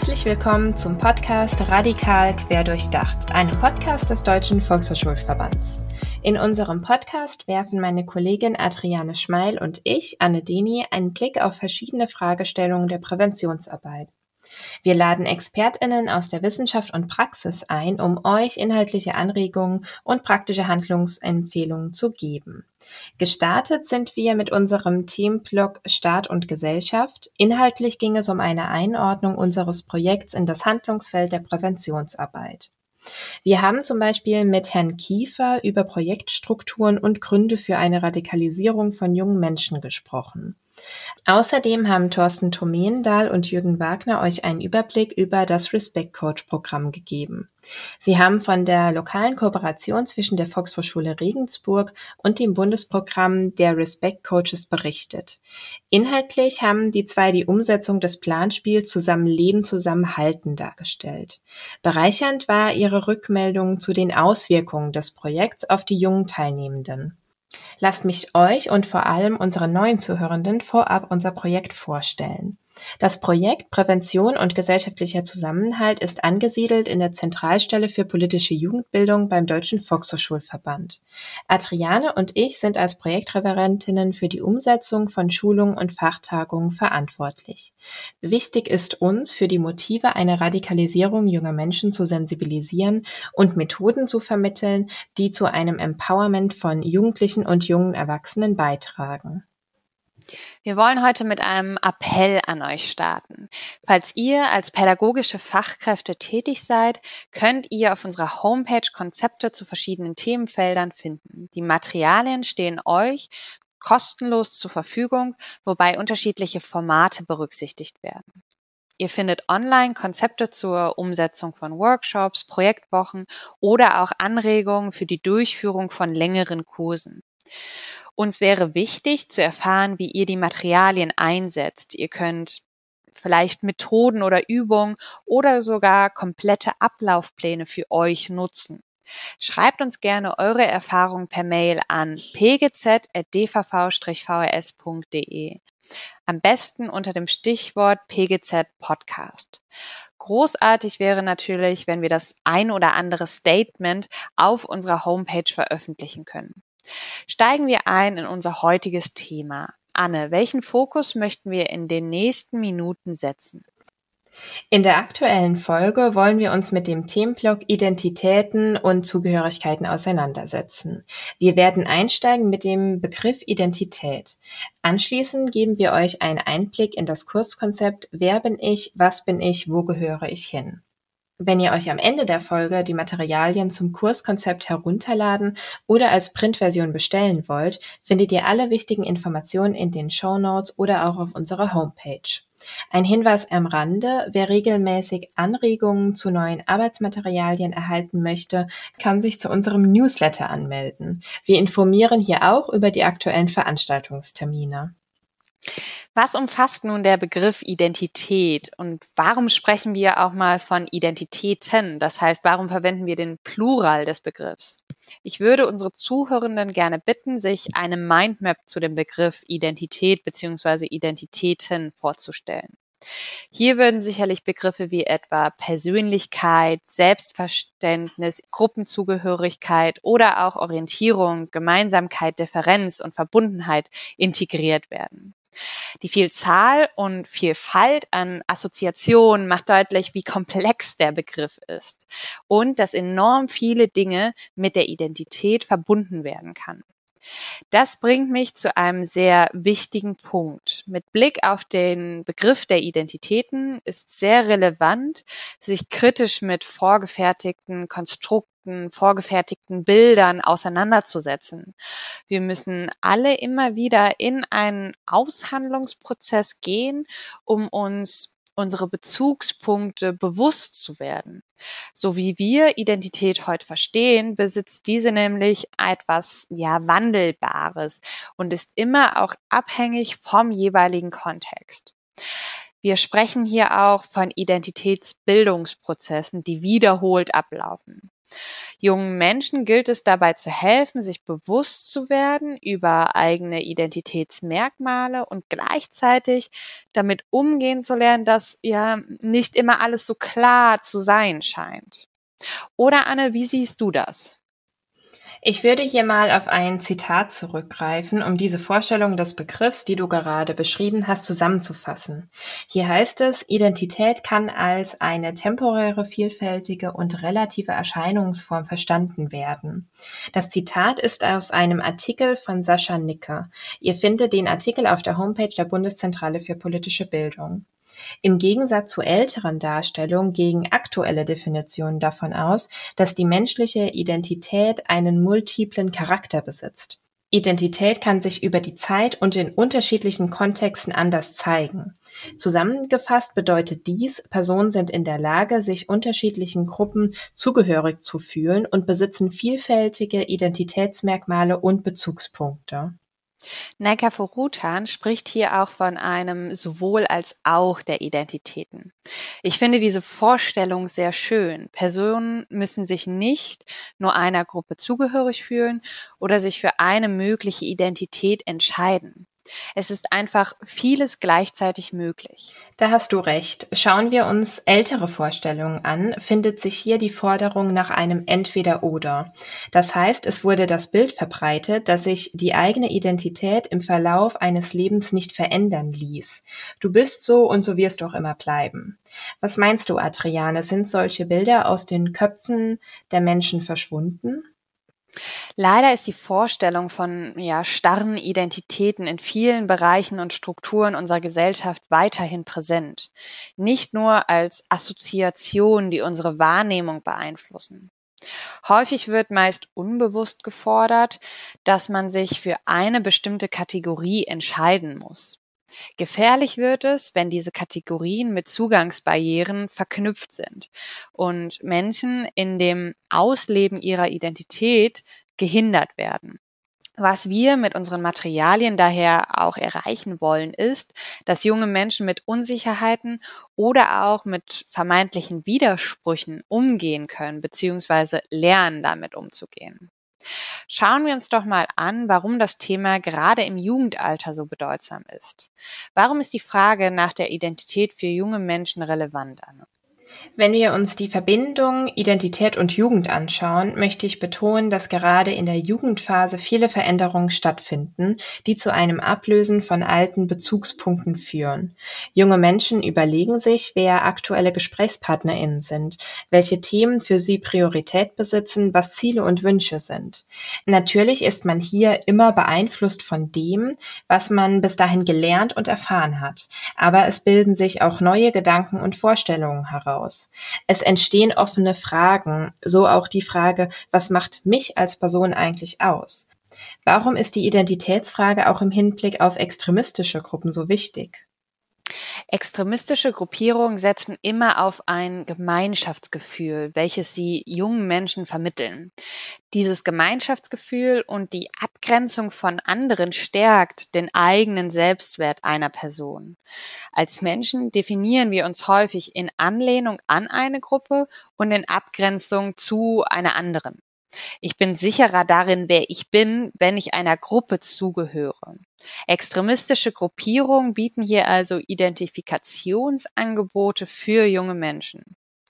Herzlich willkommen zum Podcast Radikal Querdurchdacht, einem Podcast des Deutschen Volkshochschulverbands. In unserem Podcast werfen meine Kollegin Adriane Schmeil und ich, Anne Deni, einen Blick auf verschiedene Fragestellungen der Präventionsarbeit. Wir laden ExpertInnen aus der Wissenschaft und Praxis ein, um euch inhaltliche Anregungen und praktische Handlungsempfehlungen zu geben. Gestartet sind wir mit unserem Themenblock Staat und Gesellschaft. Inhaltlich ging es um eine Einordnung unseres Projekts in das Handlungsfeld der Präventionsarbeit. Wir haben zum Beispiel mit Herrn Kiefer über Projektstrukturen und Gründe für eine Radikalisierung von jungen Menschen gesprochen. Außerdem haben Thorsten Tomendahl und Jürgen Wagner euch einen Überblick über das Respect Coach Programm gegeben. Sie haben von der lokalen Kooperation zwischen der Volkshochschule Regensburg und dem Bundesprogramm der Respect Coaches berichtet. Inhaltlich haben die zwei die Umsetzung des Planspiels Zusammenleben, Zusammenhalten dargestellt. Bereichernd war ihre Rückmeldung zu den Auswirkungen des Projekts auf die jungen Teilnehmenden. Lasst mich euch und vor allem unsere neuen Zuhörenden vorab unser Projekt vorstellen. Das Projekt Prävention und gesellschaftlicher Zusammenhalt ist angesiedelt in der Zentralstelle für politische Jugendbildung beim Deutschen Volkshochschulverband. Adriane und ich sind als Projektreferentinnen für die Umsetzung von Schulungen und Fachtagungen verantwortlich. Wichtig ist uns, für die Motive einer Radikalisierung junger Menschen zu sensibilisieren und Methoden zu vermitteln, die zu einem Empowerment von Jugendlichen und jungen Erwachsenen beitragen. Wir wollen heute mit einem Appell an euch starten. Falls ihr als pädagogische Fachkräfte tätig seid, könnt ihr auf unserer Homepage Konzepte zu verschiedenen Themenfeldern finden. Die Materialien stehen euch kostenlos zur Verfügung, wobei unterschiedliche Formate berücksichtigt werden. Ihr findet online Konzepte zur Umsetzung von Workshops, Projektwochen oder auch Anregungen für die Durchführung von längeren Kursen. Uns wäre wichtig zu erfahren, wie ihr die Materialien einsetzt. Ihr könnt vielleicht Methoden oder Übungen oder sogar komplette Ablaufpläne für euch nutzen. Schreibt uns gerne eure Erfahrungen per Mail an pgz@dvv-vrs.de. Am besten unter dem Stichwort PGZ Podcast. Großartig wäre natürlich, wenn wir das ein oder andere Statement auf unserer Homepage veröffentlichen können. Steigen wir ein in unser heutiges Thema. Anne, welchen Fokus möchten wir in den nächsten Minuten setzen? In der aktuellen Folge wollen wir uns mit dem Themenblock Identitäten und Zugehörigkeiten auseinandersetzen. Wir werden einsteigen mit dem Begriff Identität. Anschließend geben wir euch einen Einblick in das Kurzkonzept Wer bin ich, was bin ich, wo gehöre ich hin? Wenn ihr euch am Ende der Folge die Materialien zum Kurskonzept herunterladen oder als Printversion bestellen wollt, findet ihr alle wichtigen Informationen in den Shownotes oder auch auf unserer Homepage. Ein Hinweis am Rande: Wer regelmäßig Anregungen zu neuen Arbeitsmaterialien erhalten möchte, kann sich zu unserem Newsletter anmelden. Wir informieren hier auch über die aktuellen Veranstaltungstermine. Was umfasst nun der Begriff Identität und warum sprechen wir auch mal von Identitäten? Das heißt, warum verwenden wir den Plural des Begriffs? Ich würde unsere Zuhörenden gerne bitten, sich eine Mindmap zu dem Begriff Identität bzw. Identitäten vorzustellen. Hier würden sicherlich Begriffe wie etwa Persönlichkeit, Selbstverständnis, Gruppenzugehörigkeit oder auch Orientierung, Gemeinsamkeit, Differenz und Verbundenheit integriert werden. Die Vielzahl und Vielfalt an Assoziationen macht deutlich, wie komplex der Begriff ist und dass enorm viele Dinge mit der Identität verbunden werden kann. Das bringt mich zu einem sehr wichtigen Punkt. Mit Blick auf den Begriff der Identitäten ist sehr relevant, sich kritisch mit vorgefertigten Konstrukten, vorgefertigten Bildern auseinanderzusetzen. Wir müssen alle immer wieder in einen Aushandlungsprozess gehen, um uns unsere Bezugspunkte bewusst zu werden. So wie wir Identität heute verstehen, besitzt diese nämlich etwas Wandelbares und ist immer auch abhängig vom jeweiligen Kontext. Wir sprechen hier auch von Identitätsbildungsprozessen, die wiederholt ablaufen. Jungen Menschen gilt es dabei zu helfen, sich bewusst zu werden über eigene Identitätsmerkmale und gleichzeitig damit umgehen zu lernen, dass ja nicht immer alles so klar zu sein scheint. Oder Anne, wie siehst du das? Ich würde hier mal auf ein Zitat zurückgreifen, um diese Vorstellung des Begriffs, die du gerade beschrieben hast, zusammenzufassen. Hier heißt es, Identität kann als eine temporäre, vielfältige und relative Erscheinungsform verstanden werden. Das Zitat ist aus einem Artikel von Sascha Nicke. Ihr findet den Artikel auf der Homepage der Bundeszentrale für politische Bildung. Im Gegensatz zu älteren Darstellungen gehen aktuelle Definitionen davon aus, dass die menschliche Identität einen multiplen Charakter besitzt. Identität kann sich über die Zeit und in unterschiedlichen Kontexten anders zeigen. Zusammengefasst bedeutet dies, Personen sind in der Lage, sich unterschiedlichen Gruppen zugehörig zu fühlen und besitzen vielfältige Identitätsmerkmale und Bezugspunkte. Naika Forutan spricht hier auch von einem sowohl als auch der Identitäten. Ich finde diese Vorstellung sehr schön. Personen müssen sich nicht nur einer Gruppe zugehörig fühlen oder sich für eine mögliche Identität entscheiden. Es ist einfach vieles gleichzeitig möglich. Da hast du recht. Schauen wir uns ältere Vorstellungen an, findet sich hier die Forderung nach einem Entweder-Oder. Das heißt, es wurde das Bild verbreitet, dass sich die eigene Identität im Verlauf eines Lebens nicht verändern ließ. Du bist so und so wirst du auch immer bleiben. Was meinst du, Adriane? Sind solche Bilder aus den Köpfen der Menschen verschwunden? Leider ist die Vorstellung von starren Identitäten in vielen Bereichen und Strukturen unserer Gesellschaft weiterhin präsent. Nicht nur als Assoziation, die unsere Wahrnehmung beeinflussen. Häufig wird meist unbewusst gefordert, dass man sich für eine bestimmte Kategorie entscheiden muss. Gefährlich wird es, wenn diese Kategorien mit Zugangsbarrieren verknüpft sind und Menschen in dem Ausleben ihrer Identität gehindert werden. Was wir mit unseren Materialien daher auch erreichen wollen, ist, dass junge Menschen mit Unsicherheiten oder auch mit vermeintlichen Widersprüchen umgehen können, beziehungsweise lernen, damit umzugehen. Schauen wir uns doch mal an, warum das Thema gerade im Jugendalter so bedeutsam ist. Warum ist die Frage nach der Identität für junge Menschen relevant, Anne? Wenn wir uns die Verbindung Identität und Jugend anschauen, möchte ich betonen, dass gerade in der Jugendphase viele Veränderungen stattfinden, die zu einem Ablösen von alten Bezugspunkten führen. Junge Menschen überlegen sich, wer aktuelle GesprächspartnerInnen sind, welche Themen für sie Priorität besitzen, was Ziele und Wünsche sind. Natürlich ist man hier immer beeinflusst von dem, was man bis dahin gelernt und erfahren hat. Aber es bilden sich auch neue Gedanken und Vorstellungen heraus. Es entstehen offene Fragen, so auch die Frage, was macht mich als Person eigentlich aus? Warum ist die Identitätsfrage auch im Hinblick auf extremistische Gruppen so wichtig? Extremistische Gruppierungen setzen immer auf ein Gemeinschaftsgefühl, welches sie jungen Menschen vermitteln. Dieses Gemeinschaftsgefühl und die Abgrenzung von anderen stärkt den eigenen Selbstwert einer Person. Als Menschen definieren wir uns häufig in Anlehnung an eine Gruppe und in Abgrenzung zu einer anderen. Ich bin sicherer darin, wer ich bin, wenn ich einer Gruppe zugehöre. Extremistische Gruppierungen bieten hier also Identifikationsangebote für junge Menschen.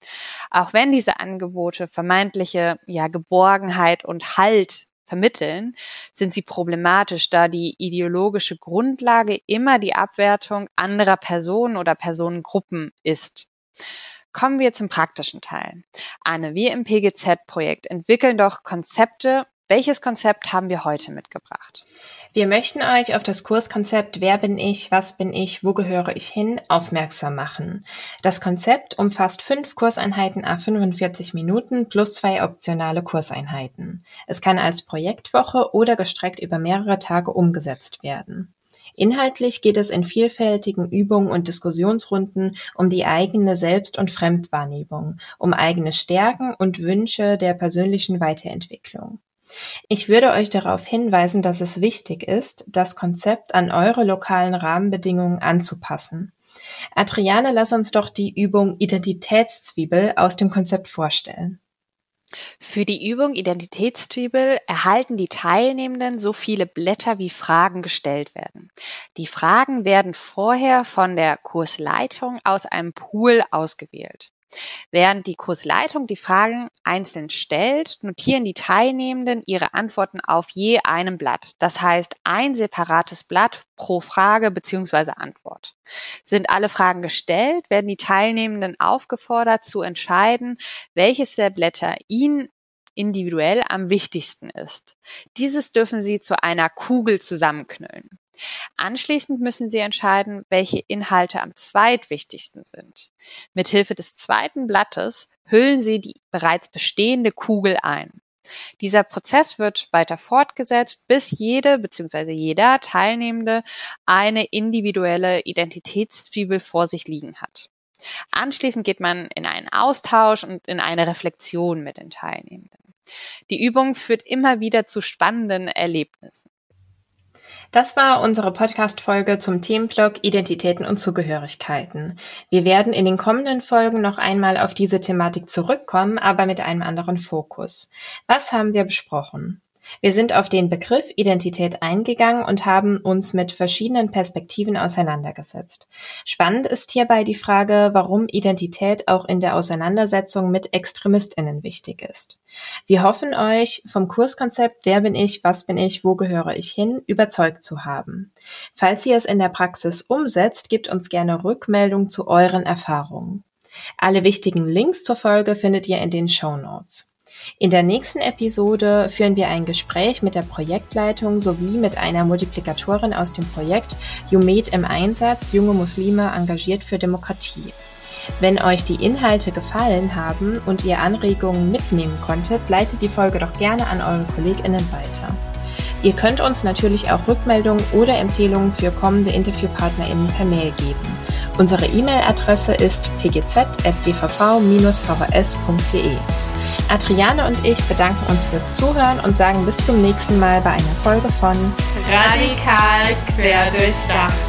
Auch wenn diese Angebote vermeintliche Geborgenheit und Halt vermitteln, sind sie problematisch, da die ideologische Grundlage immer die Abwertung anderer Personen oder Personengruppen ist. Kommen wir zum praktischen Teil. Anne, wir im PGZ-Projekt entwickeln doch Konzepte. Welches Konzept haben wir heute mitgebracht? Wir möchten euch auf das Kurskonzept Wer bin ich, was bin ich, wo gehöre ich hin aufmerksam machen. Das Konzept umfasst 5 Kurseinheiten à 45 Minuten plus 2 optionale Kurseinheiten. Es kann als Projektwoche oder gestreckt über mehrere Tage umgesetzt werden. Inhaltlich geht es in vielfältigen Übungen und Diskussionsrunden um die eigene Selbst- und Fremdwahrnehmung, um eigene Stärken und Wünsche der persönlichen Weiterentwicklung. Ich würde euch darauf hinweisen, dass es wichtig ist, das Konzept an eure lokalen Rahmenbedingungen anzupassen. Adriane, lass uns doch die Übung Identitätszwiebel aus dem Konzept vorstellen. Für die Übung Identitätszwiebel erhalten die Teilnehmenden so viele Blätter, wie Fragen gestellt werden. Die Fragen werden vorher von der Kursleitung aus einem Pool ausgewählt. Während die Kursleitung die Fragen einzeln stellt, notieren die Teilnehmenden ihre Antworten auf je einem Blatt. Das heißt, ein separates Blatt pro Frage bzw. Antwort. Sind alle Fragen gestellt, werden die Teilnehmenden aufgefordert zu entscheiden, welches der Blätter ihnen individuell am wichtigsten ist. Dieses dürfen sie zu einer Kugel zusammenknüllen. Anschließend müssen Sie entscheiden, welche Inhalte am zweitwichtigsten sind. Mithilfe des zweiten Blattes hüllen Sie die bereits bestehende Kugel ein. Dieser Prozess wird weiter fortgesetzt, bis jede bzw. jeder Teilnehmende eine individuelle Identitätszwiebel vor sich liegen hat. Anschließend geht man in einen Austausch und in eine Reflexion mit den Teilnehmenden. Die Übung führt immer wieder zu spannenden Erlebnissen. Das war unsere Podcast-Folge zum Themenblock Identitäten und Zugehörigkeiten. Wir werden in den kommenden Folgen noch einmal auf diese Thematik zurückkommen, aber mit einem anderen Fokus. Was haben wir besprochen? Wir sind auf den Begriff Identität eingegangen und haben uns mit verschiedenen Perspektiven auseinandergesetzt. Spannend ist hierbei die Frage, warum Identität auch in der Auseinandersetzung mit ExtremistInnen wichtig ist. Wir hoffen euch vom Kurskonzept Wer bin ich, was bin ich, wo gehöre ich hin, überzeugt zu haben. Falls ihr es in der Praxis umsetzt, gebt uns gerne Rückmeldung zu euren Erfahrungen. Alle wichtigen Links zur Folge findet ihr in den Shownotes. In der nächsten Episode führen wir ein Gespräch mit der Projektleitung sowie mit einer Multiplikatorin aus dem Projekt Jumed im Einsatz, junge Muslime engagiert für Demokratie. Wenn euch die Inhalte gefallen haben und ihr Anregungen mitnehmen konntet, leitet die Folge doch gerne an eure KollegInnen weiter. Ihr könnt uns natürlich auch Rückmeldungen oder Empfehlungen für kommende InterviewpartnerInnen per Mail geben. Unsere E-Mail-Adresse ist pgz@dvv-vhs.de. Adriane und ich bedanken uns fürs Zuhören und sagen bis zum nächsten Mal bei einer Folge von Radikal quer durchdacht.